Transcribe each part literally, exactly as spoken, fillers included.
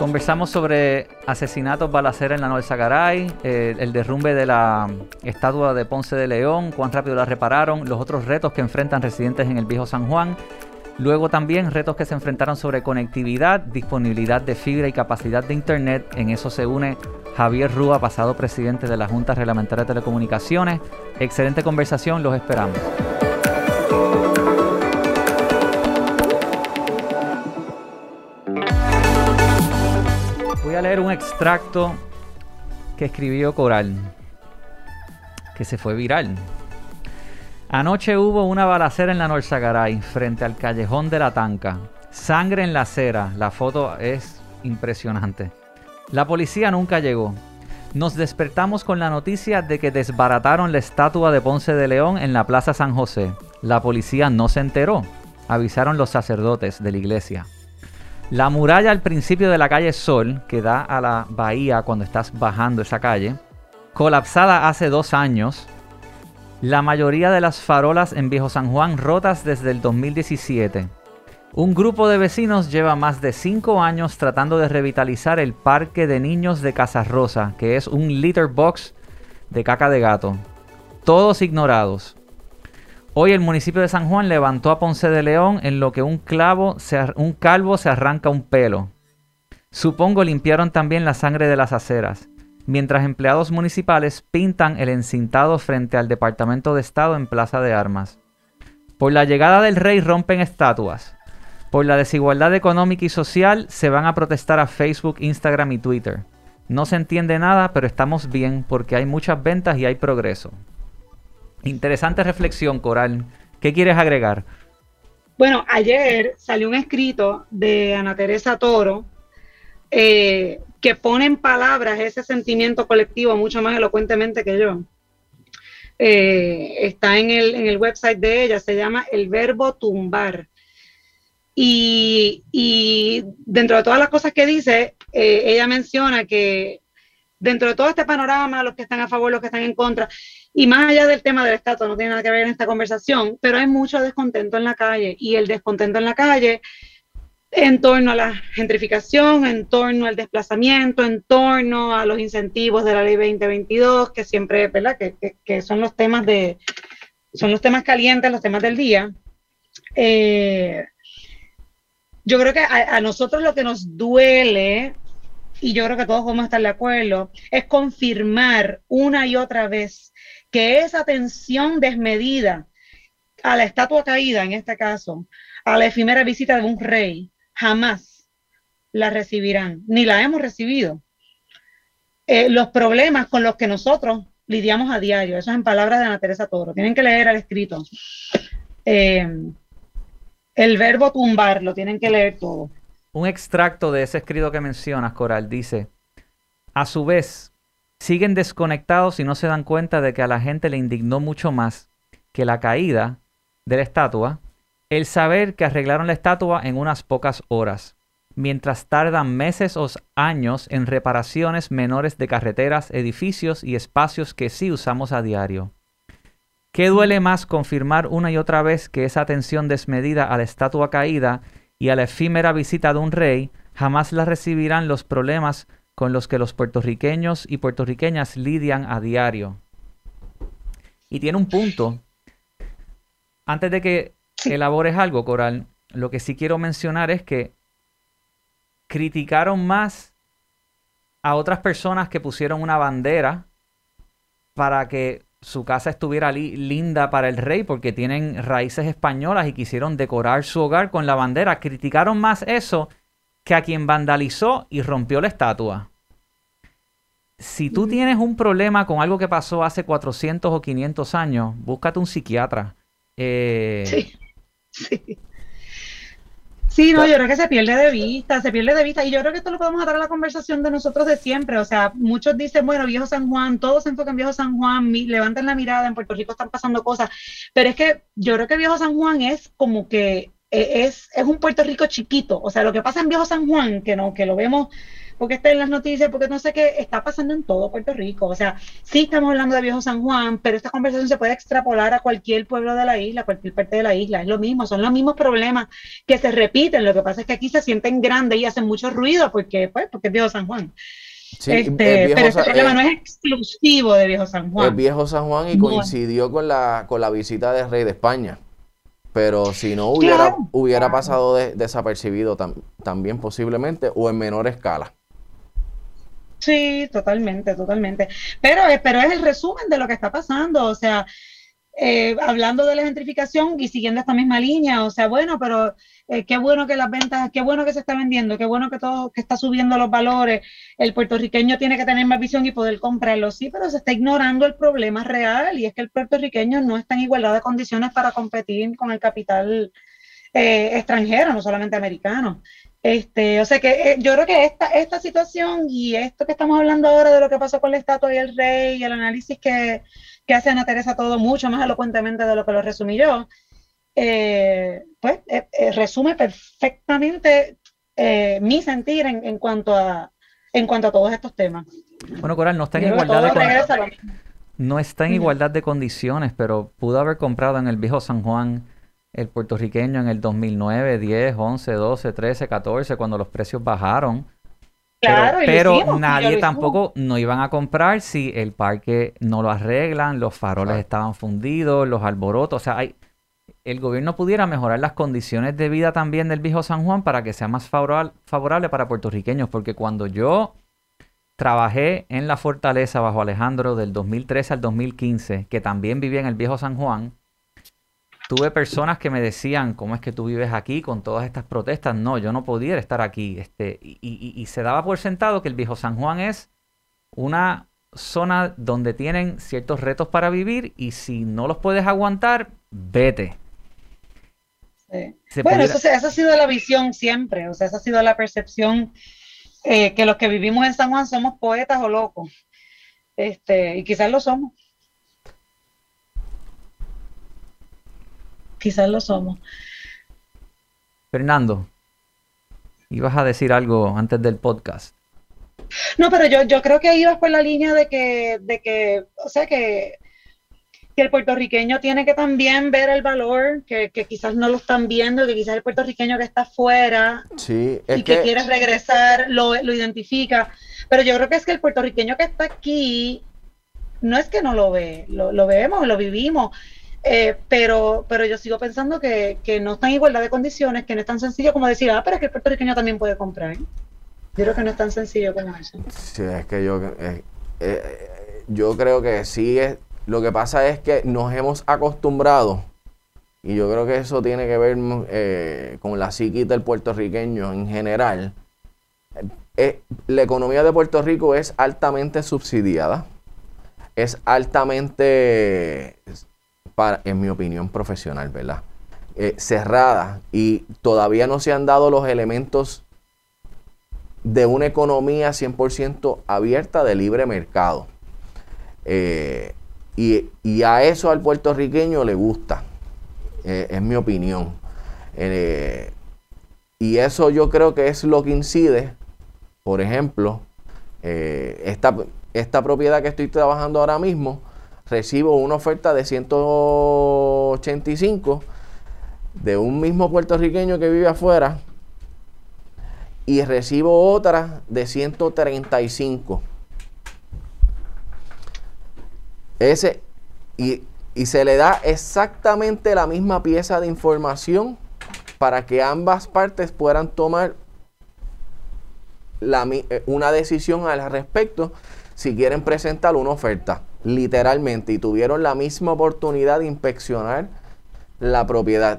Conversamos sobre asesinatos, balacera en la Norzagaray, eh, el derrumbe de la estatua de Ponce de León, cuán rápido la repararon, los otros retos que enfrentan residentes en el Viejo San Juan. Luego también retos que se enfrentaron sobre conectividad, disponibilidad de fibra y capacidad de internet. En eso se une Javier Rúa, pasado presidente de la Junta Reglamentaria de Telecomunicaciones. Excelente conversación, los esperamos. Voy a leer un extracto que escribió Coral, que se fue viral. Anoche hubo una balacera en la Norzagaray, frente al callejón de la Tanca. Sangre en la acera. La foto es impresionante. La policía nunca llegó. Nos despertamos con la noticia de que desbarataron la estatua de Ponce de León en la Plaza San José. La policía no se enteró, avisaron los sacerdotes de la iglesia. La muralla al principio de la calle Sol, que da a la bahía cuando estás bajando esa calle, colapsada hace dos años. La mayoría de las farolas en Viejo San Juan rotas desde el dos mil diecisiete. Un grupo de vecinos lleva más de cinco años tratando de revitalizar el parque de niños de Casa Rosa, que es un litter box de caca de gato. Todos ignorados. Hoy el municipio de San Juan levantó a Ponce de León en lo que un, clavo se, un calvo se arranca un pelo. Supongo limpiaron también la sangre de las aceras, mientras empleados municipales pintan el encintado frente al Departamento de Estado en Plaza de Armas. Por la llegada del rey rompen estatuas. Por la desigualdad económica y social se van a protestar a Facebook, Instagram y Twitter. No se entiende nada, pero estamos bien porque hay muchas ventas y hay progreso. Interesante reflexión, Coral. ¿Qué quieres agregar? Bueno, ayer salió un escrito de Ana Teresa Toro eh, que pone en palabras ese sentimiento colectivo mucho más elocuentemente que yo. Eh, está en el, en el website de ella, se llama El Verbo Tumbar. Y, y dentro de todas las cosas que dice, eh, ella menciona que dentro de todo este panorama, los que están a favor, los que están en contra, y más allá del tema del estatus, no tiene nada que ver en esta conversación, pero hay mucho descontento en la calle, y el descontento en la calle en torno a la gentrificación, en torno al desplazamiento, en torno a los incentivos de la ley veinte veintidós, que siempre, ¿verdad? Que, que, que son los temas de, son los temas calientes, los temas del día. Eh, yo creo que a, a nosotros lo que nos duele, y yo creo que todos podemos estar de acuerdo, es confirmar una y otra vez que esa atención desmedida a la estatua caída, en este caso, a la efímera visita de un rey, jamás la recibirán, ni la hemos recibido. Eh, los problemas con los que nosotros lidiamos a diario, eso es en palabras de Ana Teresa Toro, tienen que leer el escrito. Eh, el verbo tumbar, lo tienen que leer todo. Un extracto de ese escrito que mencionas, Coral, dice: a su vez, siguen desconectados y no se dan cuenta de que a la gente le indignó mucho más que la caída de la estatua el saber que arreglaron la estatua en unas pocas horas, mientras tardan meses o años en reparaciones menores de carreteras, edificios y espacios que sí usamos a diario. ¿Qué duele más confirmar una y otra vez que esa atención desmedida a la estatua caída y a la efímera visita de un rey jamás la recibirán los problemas con los que los puertorriqueños y puertorriqueñas lidian a diario? Y tiene un punto. Antes de que elabores algo, Coral, lo que sí quiero mencionar es que criticaron más a otras personas que pusieron una bandera para que su casa estuviera li- linda para el rey porque tienen raíces españolas y quisieron decorar su hogar con la bandera. Criticaron más eso que a quien vandalizó y rompió la estatua. Si tú tienes un problema con algo que pasó hace cuatrocientos o quinientos años, búscate un psiquiatra. Eh... Sí, sí. Sí, no, yo creo que se pierde de vista, se pierde de vista, y yo creo que esto lo podemos atar a la conversación de nosotros de siempre. O sea, muchos dicen, bueno, Viejo San Juan, todos se enfocan en Viejo San Juan, mi, levanten la mirada, en Puerto Rico están pasando cosas, pero es que yo creo que Viejo San Juan es como que es, es un Puerto Rico chiquito. O sea, lo que pasa en Viejo San Juan, que no, que lo vemos porque está en las noticias, porque no sé qué, está pasando en todo Puerto Rico. O sea, sí estamos hablando de Viejo San Juan, pero esta conversación se puede extrapolar a cualquier pueblo de la isla, a cualquier parte de la isla. Es lo mismo, son los mismos problemas que se repiten. Lo que pasa es que aquí se sienten grandes y hacen mucho ruido porque, pues, porque es Viejo San Juan. Sí, este, viejo, pero este problema eh, no es exclusivo de Viejo San Juan. Es Viejo San Juan y no. coincidió con la, con la visita del rey de España. Pero si no hubiera, claro, hubiera claro. pasado de, desapercibido tam, también posiblemente o en menor escala. Sí, totalmente, totalmente. Pero, pero es el resumen de lo que está pasando. O sea, eh, hablando de la gentrificación y siguiendo esta misma línea, o sea, bueno, pero eh, qué bueno que las ventas, qué bueno que se está vendiendo, qué bueno que todo, que está subiendo los valores, el puertorriqueño tiene que tener más visión y poder comprarlo, sí, pero se está ignorando el problema real y es que el puertorriqueño no está en igualdad de condiciones para competir con el capital eh, extranjero, no solamente americano. Este, o sea que eh, yo creo que esta, esta situación y esto que estamos hablando ahora de lo que pasó con la estatua y el rey y el análisis que que hace Ana Teresa todo mucho más elocuentemente de lo que lo resumí yo, eh, pues eh, eh, resume perfectamente eh, mi sentir en, en, cuanto a, en cuanto a todos estos temas. Bueno, Coral, no está en igualdad de condiciones. No está en uh-huh. igualdad de condiciones, pero pudo haber comprado en el Viejo San Juan el puertorriqueño en el dos mil nueve, diez, once, doce, trece, catorce, cuando los precios bajaron. Claro, pero pero hicimos, nadie tampoco no iban a comprar si el parque no lo arreglan, los faroles estaban fundidos, los alborotos. O sea, hay, el gobierno pudiera mejorar las condiciones de vida también del Viejo San Juan para que sea más favorable, favorable para puertorriqueños. Porque cuando yo trabajé en la Fortaleza bajo Alejandro del dos mil trece al dos mil quince, que también vivía en el Viejo San Juan, tuve personas que me decían, ¿cómo es que tú vives aquí con todas estas protestas? No, yo no podía estar aquí. Este, y, y, y se daba por sentado que el Viejo San Juan es una zona donde tienen ciertos retos para vivir y si no los puedes aguantar, vete. Sí. Bueno, pudiera... eso, esa ha sido la visión siempre, o sea, esa ha sido la percepción eh, que los que vivimos en San Juan somos poetas o locos. Este, y quizás lo somos. Quizás lo somos. Fernando, ibas a decir algo antes del podcast. No, pero yo, yo creo que ibas por la línea de que, de que o sea, que, que el puertorriqueño tiene que también ver el valor, que, que quizás no lo están viendo, que quizás el puertorriqueño que está afuera sí, es y que, que quiere regresar lo, lo identifica. Pero yo creo que es que el puertorriqueño que está aquí no es que no lo ve, lo, lo vemos, lo vivimos. Eh, pero, pero yo sigo pensando que, que no está en igualdad de condiciones, que no es tan sencillo como decir, ah, pero es que el puertorriqueño también puede comprar. Yo creo que no es tan sencillo como eso. Sí, es que yo, eh, eh, yo creo que sí, es, lo que pasa es que nos hemos acostumbrado, y yo creo que eso tiene que ver eh, con la psiquis del puertorriqueño en general. Eh, la economía de Puerto Rico es altamente subsidiada, es altamente... Para, en mi opinión profesional, ¿verdad? Eh, cerrada y todavía no se han dado los elementos de una economía cien por ciento abierta de libre mercado. Eh, y, y a eso al puertorriqueño le gusta, eh, es mi opinión. Eh, y eso yo creo que es lo que incide, por ejemplo, eh, esta, esta propiedad que estoy trabajando ahora mismo, recibo una oferta de ciento ochenta y cinco de un mismo puertorriqueño que vive afuera y recibo otra de ciento treinta y cinco. Ese, y, y se le da exactamente la misma pieza de información para que ambas partes puedan tomar la, una decisión al respecto si quieren presentar una oferta. Literalmente, y tuvieron la misma oportunidad de inspeccionar la propiedad.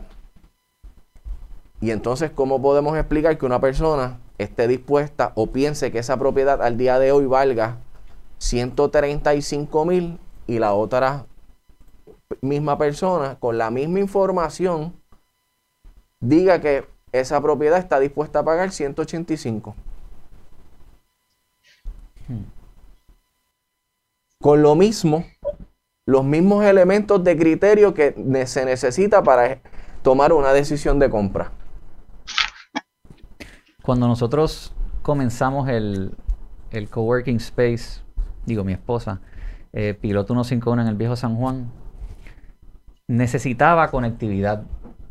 Y entonces, ¿cómo podemos explicar que una persona esté dispuesta o piense que esa propiedad al día de hoy valga ciento treinta y cinco mil y la otra misma persona con la misma información diga que esa propiedad está dispuesta a pagar ciento ochenta y cinco? Hmm. Con lo mismo, los mismos elementos de criterio que se necesita para tomar una decisión de compra. Cuando nosotros comenzamos el, el coworking space, digo mi esposa, eh, Piloto ciento cincuenta y uno en el Viejo San Juan, necesitaba conectividad.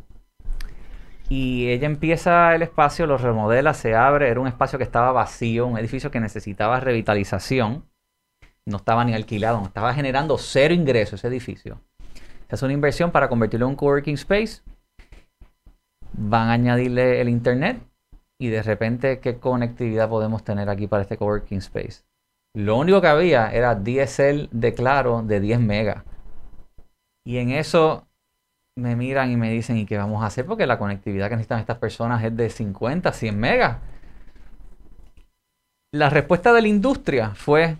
Y ella empieza el espacio, lo remodela, se abre. Era un espacio que estaba vacío, un edificio que necesitaba revitalización. No estaba ni alquilado, no estaba generando cero ingresos ese edificio. Se hace una inversión para convertirlo en un coworking space. Van a añadirle el internet. Y de repente, ¿qué conectividad podemos tener aquí para este coworking space? Lo único que había era D S L de Claro de diez megas. Y en eso me miran y me dicen, ¿y qué vamos a hacer? Porque la conectividad que necesitan estas personas es de cincuenta, cien megas. La respuesta de la industria fue,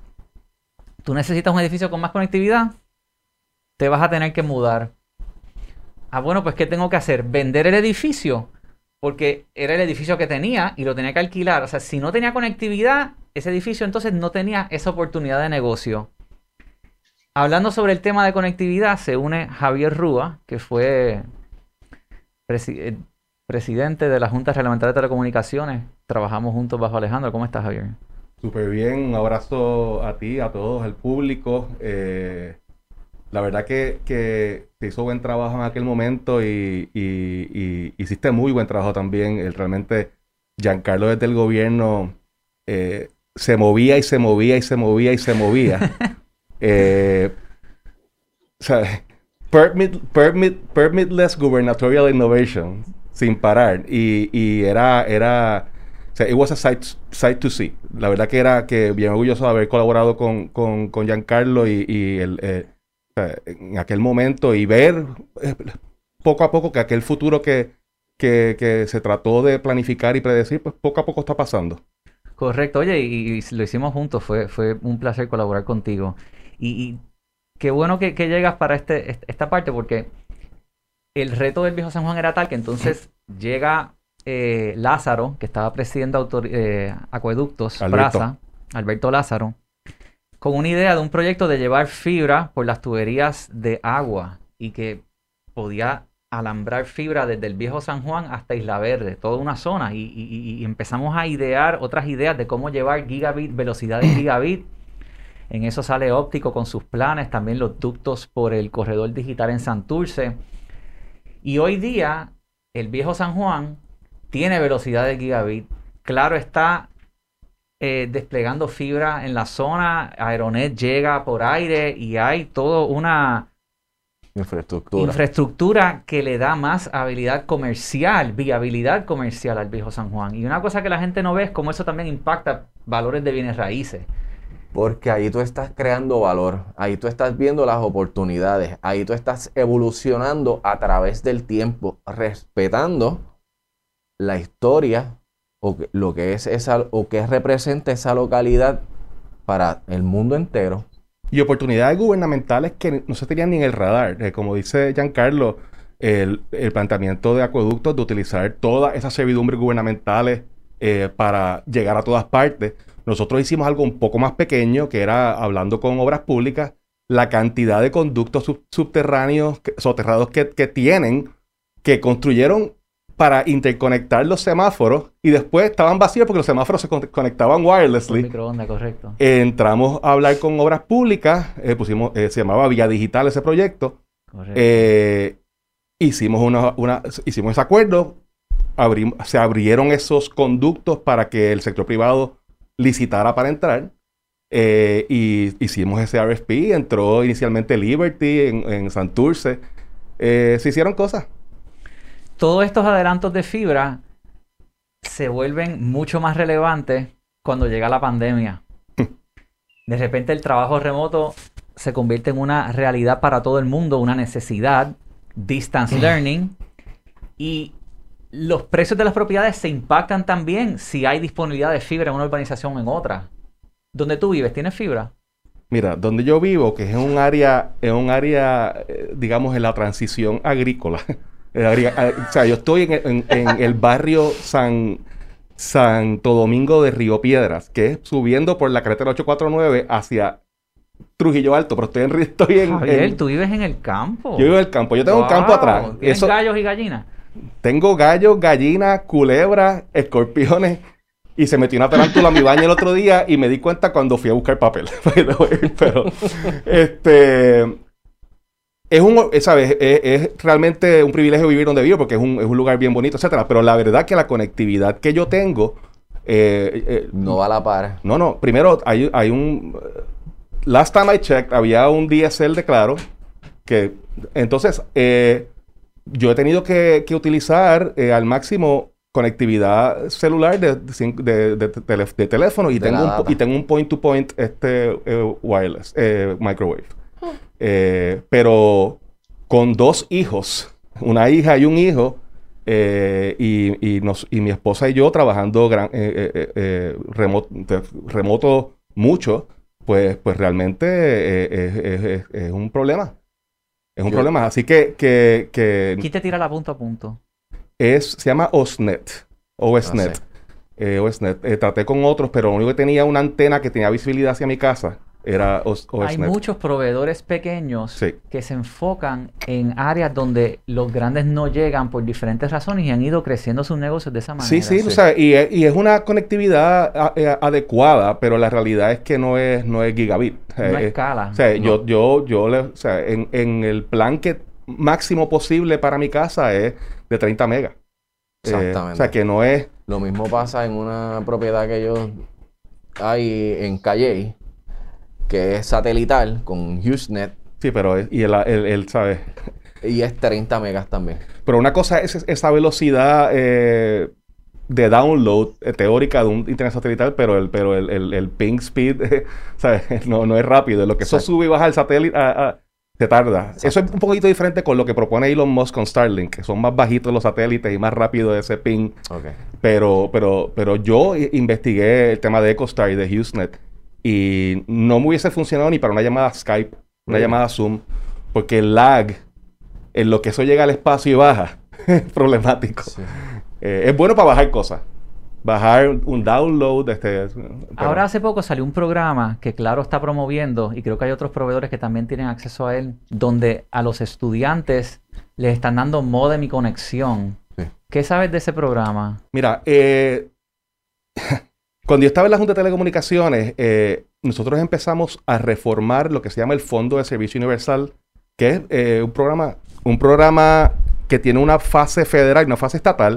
tú necesitas un edificio con más conectividad, te vas a tener que mudar. Ah, bueno, pues ¿qué tengo que hacer? ¿Vender el edificio? Porque era el edificio que tenía y lo tenía que alquilar. O sea, si no tenía conectividad, ese edificio entonces no tenía esa oportunidad de negocio. Hablando sobre el tema de conectividad, se une Javier Rúa, que fue presi presidente de la Junta Reglamentaria de Telecomunicaciones. Trabajamos juntos bajo Alejandro. ¿Cómo estás, Javier? Súper bien. Un abrazo a ti, a todos, al público. Eh, la verdad que, que se hizo buen trabajo en aquel momento y, y, y hiciste muy buen trabajo también. El, realmente, Giancarlo desde el gobierno eh, se movía y se movía y se movía y se movía. Eh, o sea, permit, permit, permitless gubernatorial innovation sin parar y, y era, era o sea, it was a sight, sight to see. La verdad que era que bien orgulloso de haber colaborado con, con, con Giancarlo y, y el, eh, o sea, en aquel momento y ver eh, poco a poco que aquel futuro que, que, que se trató de planificar y predecir, pues poco a poco está pasando. Correcto. Oye, y, y lo hicimos juntos. Fue, fue un placer colaborar contigo. Y, y qué bueno que, que llegas para este, esta parte, porque el reto del Viejo San Juan era tal que entonces llega eh, Lázaro, que estaba presidiendo eh, Acueductos, Alberto. Praza, Alberto Lázaro, con una idea de un proyecto de llevar fibra por las tuberías de agua y que podía alambrar fibra desde el Viejo San Juan hasta Isla Verde, toda una zona. Y, y, y empezamos a idear otras ideas de cómo llevar gigabit, velocidad de gigabit. En eso sale Óptico con sus planes, también los ductos por el corredor digital en Santurce. Y hoy día, el Viejo San Juan tiene velocidad de gigabit. Claro está eh, desplegando fibra en la zona. Aeronet llega por aire y hay toda una infraestructura. infraestructura que le da más habilidad comercial, viabilidad comercial al Viejo San Juan. Y una cosa que la gente no ve es cómo eso también impacta valores de bienes raíces. Porque ahí tú estás creando valor, ahí tú estás viendo las oportunidades, ahí tú estás evolucionando a través del tiempo, respetando la historia o que, lo que es esa o que representa esa localidad para el mundo entero. Y oportunidades gubernamentales que no se tenían ni en el radar. Eh, como dice Giancarlo, el, el planteamiento de Acueductos de utilizar todas esas servidumbres gubernamentales eh, para llegar a todas partes. Nosotros hicimos algo un poco más pequeño, que era, hablando con Obras Públicas, la cantidad de conductos sub subterráneos, que, soterrados que, que tienen, que construyeron para interconectar los semáforos y después estaban vacíos porque los semáforos se con conectaban wirelessly. Microondas, correcto. Eh, entramos a hablar con Obras Públicas, eh, pusimos, eh, se llamaba Vía Digital ese proyecto. Correcto. Eh, hicimos, una, una, hicimos ese acuerdo, abrimos, se abrieron esos conductos para que el sector privado licitara para entrar eh, y hicimos ese R F P, entró inicialmente Liberty en, en Santurce, eh, se hicieron cosas. Todos estos adelantos de fibra se vuelven mucho más relevantes cuando llega la pandemia. De repente el trabajo remoto se convierte en una realidad para todo el mundo, una necesidad, distance learning, y los precios de las propiedades se impactan también si hay disponibilidad de fibra en una urbanización o en otra. ¿Dónde tú vives? ¿Tienes fibra? Mira, donde yo vivo, que es un área, es un área, eh, digamos, en la transición agrícola. O sea, yo estoy en, en, en el barrio San, Santo Domingo de Río Piedras, que es subiendo por la carretera ocho cuatro nueve hacia Trujillo Alto, pero estoy en... Estoy en Javier, en, tú vives en el campo. Yo vivo en el campo. Yo tengo Wow. un campo atrás. ¿Tienes Eso, gallos y gallinas? tengo gallos, gallinas, culebras, escorpiones. Y se metió una tarántula a mi baño el otro día y me di cuenta cuando fui a buscar papel. Pero, este... Es un, ¿sabes? Es, es realmente un privilegio vivir donde vivo porque es un, es un lugar bien bonito, etcétera. Pero la verdad que la conectividad que yo tengo... Eh, eh, no va a la par. No, no. Primero, hay, hay un... Last time I checked, había un D S L de Claro que... Entonces, eh, yo he tenido que, que utilizar eh, al máximo conectividad celular de, de, de, de, tele, de teléfono y, de tengo un, y tengo un point-to-point este, eh, wireless, eh, microwave. Eh, pero con dos hijos, una hija y un hijo, eh, y, y, nos, y mi esposa y yo trabajando gran, eh, eh, eh, remoto, remoto mucho, pues, pues realmente eh, es, es, es, es un problema. Es un yo, problema. Así que, que, que... Aquí te tira la punto a punto. Es, se llama OSNet. OSNet. Ah, sí. eh, OSNet. Eh, traté con otros, pero lo único que tenía una antena que tenía visibilidad hacia mi casa. Era Os OSNet. Hay muchos proveedores pequeños sí. que se enfocan en áreas donde los grandes no llegan por diferentes razones y han ido creciendo sus negocios de esa manera. Sí, sí, sí. O sea, y, y es una conectividad a, a, adecuada, pero la realidad es que no es, no es gigabit. No eh, escala. O sea, no. yo, yo, yo le, o sea, en, en el plan que máximo posible para mi casa es de treinta megas. Exactamente. Eh, o sea, que no es... Lo mismo pasa en una propiedad que yo hay en Calle, que es satelital con HughesNet. Sí, pero es, y él, él, él sabe. Y es treinta megas también. Pero una cosa es esa velocidad eh, de download eh, teórica de un internet satelital, pero el, pero el, el, el ping speed, eh, ¿sabes? No, no es rápido. Lo que eso sube y baja el satélite, a, a, se tarda. Exacto. Eso es un poquito diferente con lo que propone Elon Musk con Starlink, que son más bajitos los satélites y más rápido ese ping. Okay. Pero, pero, pero yo investigué el tema de EchoStar y de HughesNet. Y no me hubiese funcionado ni para una llamada Skype, una sí. llamada Zoom, porque el lag, en lo que eso llega al espacio y baja, es problemático. Sí. Eh, es bueno para bajar cosas. Bajar un download. Este, pero... Ahora hace poco salió un programa que Claro está promoviendo, y creo que hay otros proveedores que también tienen acceso a él, donde a los estudiantes les están dando módem y conexión. Sí. ¿Qué sabes de ese programa? Mira, eh... cuando yo estaba en la Junta de Telecomunicaciones, eh, nosotros empezamos a reformar lo que se llama el Fondo de Servicio Universal, que es eh, un programa, un programa que tiene una fase federal y una fase estatal.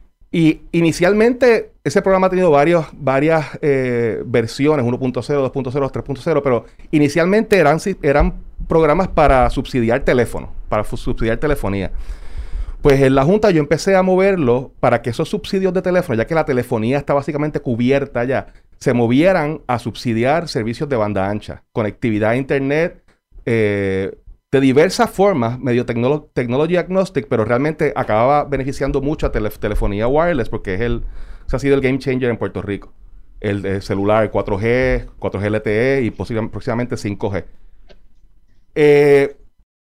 Y inicialmente ese programa ha tenido varios, varias eh, versiones, uno punto cero, dos punto cero, tres punto cero, pero inicialmente eran, eran programas para subsidiar teléfono, para subsidiar telefonía. Pues en la Junta yo empecé a moverlo para que esos subsidios de teléfono, ya que la telefonía está básicamente cubierta ya, se movieran a subsidiar servicios de banda ancha, conectividad a internet, eh, de diversas formas, medio tecnolo technology agnostic, pero realmente acababa beneficiando mucho a tele telefonía wireless porque es el, se ha sido el game changer en Puerto Rico. El, el celular cuatro G, cuatro G L T E y posiblemente, próximamente cinco G. Eh...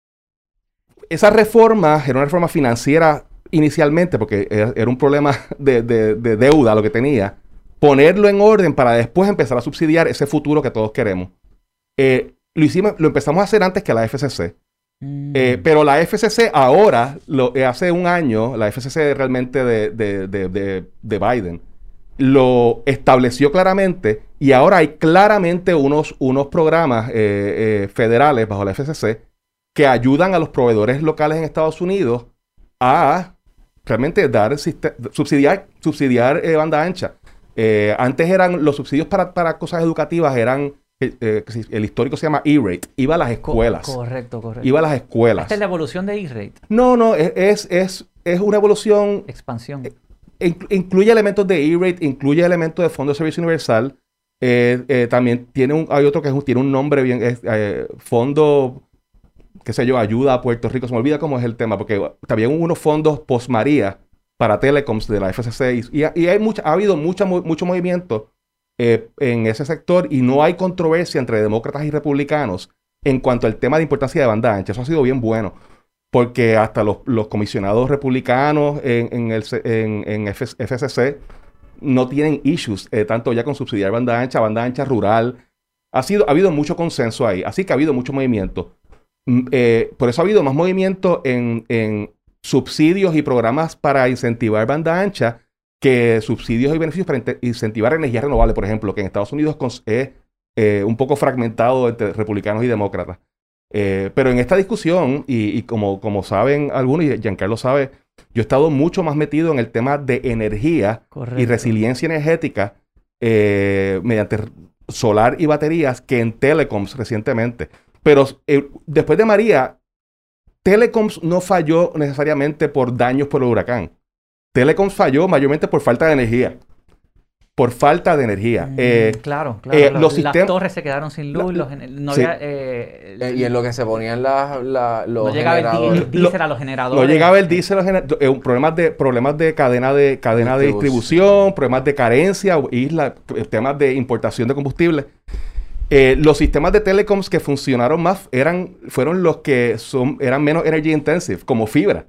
Esa reforma era una reforma financiera inicialmente, porque era, era un problema de, de, de deuda lo que tenía. Ponerlo en orden para después empezar a subsidiar ese futuro que todos queremos. Eh, lo hicimos, lo empezamos a hacer antes que la F C C. Mm. Eh, pero la F C C ahora, lo, eh, hace un año, la F C C realmente de, de, de, de, de Biden, lo estableció claramente y ahora hay claramente unos, unos programas eh, eh, federales bajo la F C C que ayudan a los proveedores locales en Estados Unidos a realmente dar subsidiar, subsidiar eh, banda ancha. Eh, antes eran los subsidios para, para cosas educativas, eran eh, eh, el histórico se llama E-Rate, iba a las escuelas. Co correcto, correcto. Iba a las escuelas. ¿Esta es la evolución de E-Rate? No, no, es, es, es, es una evolución. Expansión. Eh, incluye elementos de E-Rate, incluye elementos de Fondo de Servicio Universal. Eh, eh, también tiene un, hay otro que es, tiene un nombre bien, es, eh, Fondo, qué sé yo, Ayuda a Puerto Rico. Se me olvida cómo es el tema, porque también hubo unos fondos post-María para telecoms de la F C C. Y, y hay mucha, ha habido mucha, mucho movimiento eh, en ese sector y no hay controversia entre demócratas y republicanos en cuanto al tema de importancia de banda ancha. Eso ha sido bien bueno, porque hasta los, los comisionados republicanos en, en, el, en, en F C C no tienen issues, eh, tanto ya con subsidiar banda ancha, banda ancha rural. Ha, sido, ha habido mucho consenso ahí, así que ha habido mucho movimiento. Eh, por eso ha habido más movimiento en, en subsidios y programas para incentivar banda ancha que subsidios y beneficios para inte- incentivar energía renovable, por ejemplo, que en Estados Unidos cons- es eh, un poco fragmentado entre republicanos y demócratas. Eh, pero en esta discusión, y, y como, como saben algunos, y Giancarlo sabe, yo he estado mucho más metido en el tema de energía Correcto. y resiliencia energética eh, mediante solar y baterías que en telecoms recientemente. Pero eh, después de María, telecoms no falló necesariamente por daños por el huracán. Telecoms falló mayormente por falta de energía. Por falta de energía. Mm, Eh, claro, claro. eh, los, los las sistem- torres se quedaron sin luz. La- los gener- no, sí. había, eh, Eh, y en lo que se ponían las, la- los no llegaba el, di- generadores. el diésel a los generadores. no llegaba el diésel, a los gener- eh, problemas de problemas de cadena de cadena de Distribución. distribución, problemas de carencia, isla, eh, temas de importación de combustible. Eh, los sistemas de telecoms que funcionaron más eran fueron los que son eran menos energy intensive, como fibra.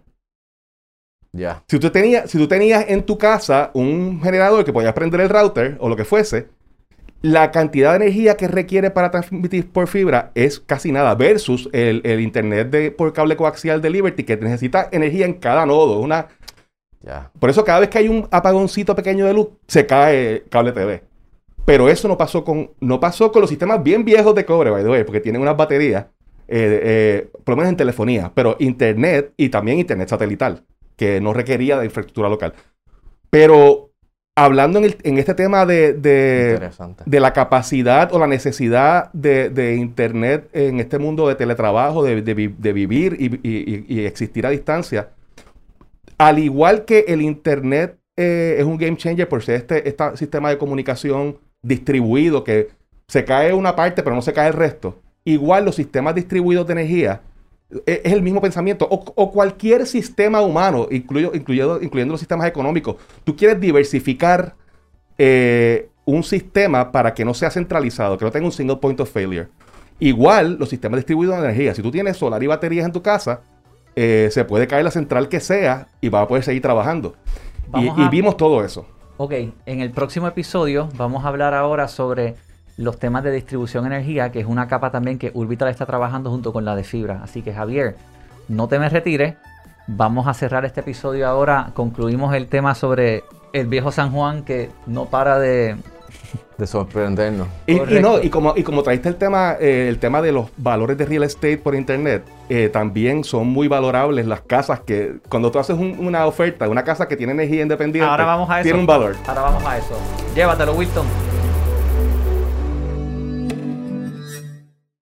Ya. Si tú tenías, si tú tenías en tu casa un generador que podías prender el router o lo que fuese, la cantidad de energía que requiere para transmitir por fibra es casi nada versus el, el internet de, por cable coaxial de Liberty que necesita energía en cada nodo. Una, Ya. por eso cada vez que hay un apagoncito pequeño de luz, se cae cable T V. Pero eso no pasó con, no pasó con los sistemas bien viejos de cobre, by the way, porque tienen unas baterías, eh, eh, por lo menos en telefonía, pero internet y también internet satelital, que no requería de infraestructura local. Pero hablando en, el- en este tema de, de, Interesante. de la capacidad o la necesidad de, de internet en este mundo de teletrabajo, de, de vi- de vivir y, y- y- y existir a distancia, al igual que el internet eh, es un game changer por ser este, este sistema de comunicación distribuido que se cae una parte pero no se cae el resto, igual los sistemas distribuidos de energía eh, es el mismo pensamiento. O, o cualquier sistema humano, incluyo, incluyendo, incluyendo los sistemas económicos. Tú quieres diversificar eh, un sistema para que no sea centralizado, que no tenga un single point of failure. Igual los sistemas distribuidos de energía. Si tú tienes solar y baterías en tu casa, eh, se puede caer la central que sea y vas a poder seguir trabajando. Y, Vamos y a- vimos todo eso. Ok, en el próximo episodio vamos a hablar ahora sobre los temas de distribución de energía, que es una capa también que Urbital está trabajando junto con la de fibra. Así que Javier, no te me retires. Vamos a cerrar este episodio ahora. Concluimos el tema sobre el viejo San Juan que no para de... De sorprendernos. Y, y Correcto. no, y como, y como traiste el tema, eh, el tema de los valores de real estate por internet, eh, también son muy valorables las casas que, cuando tú haces un- una oferta, una casa que tiene energía independiente, Ahora vamos a eso. tiene un valor. Ahora vamos a eso. Llévatelo, Wilton.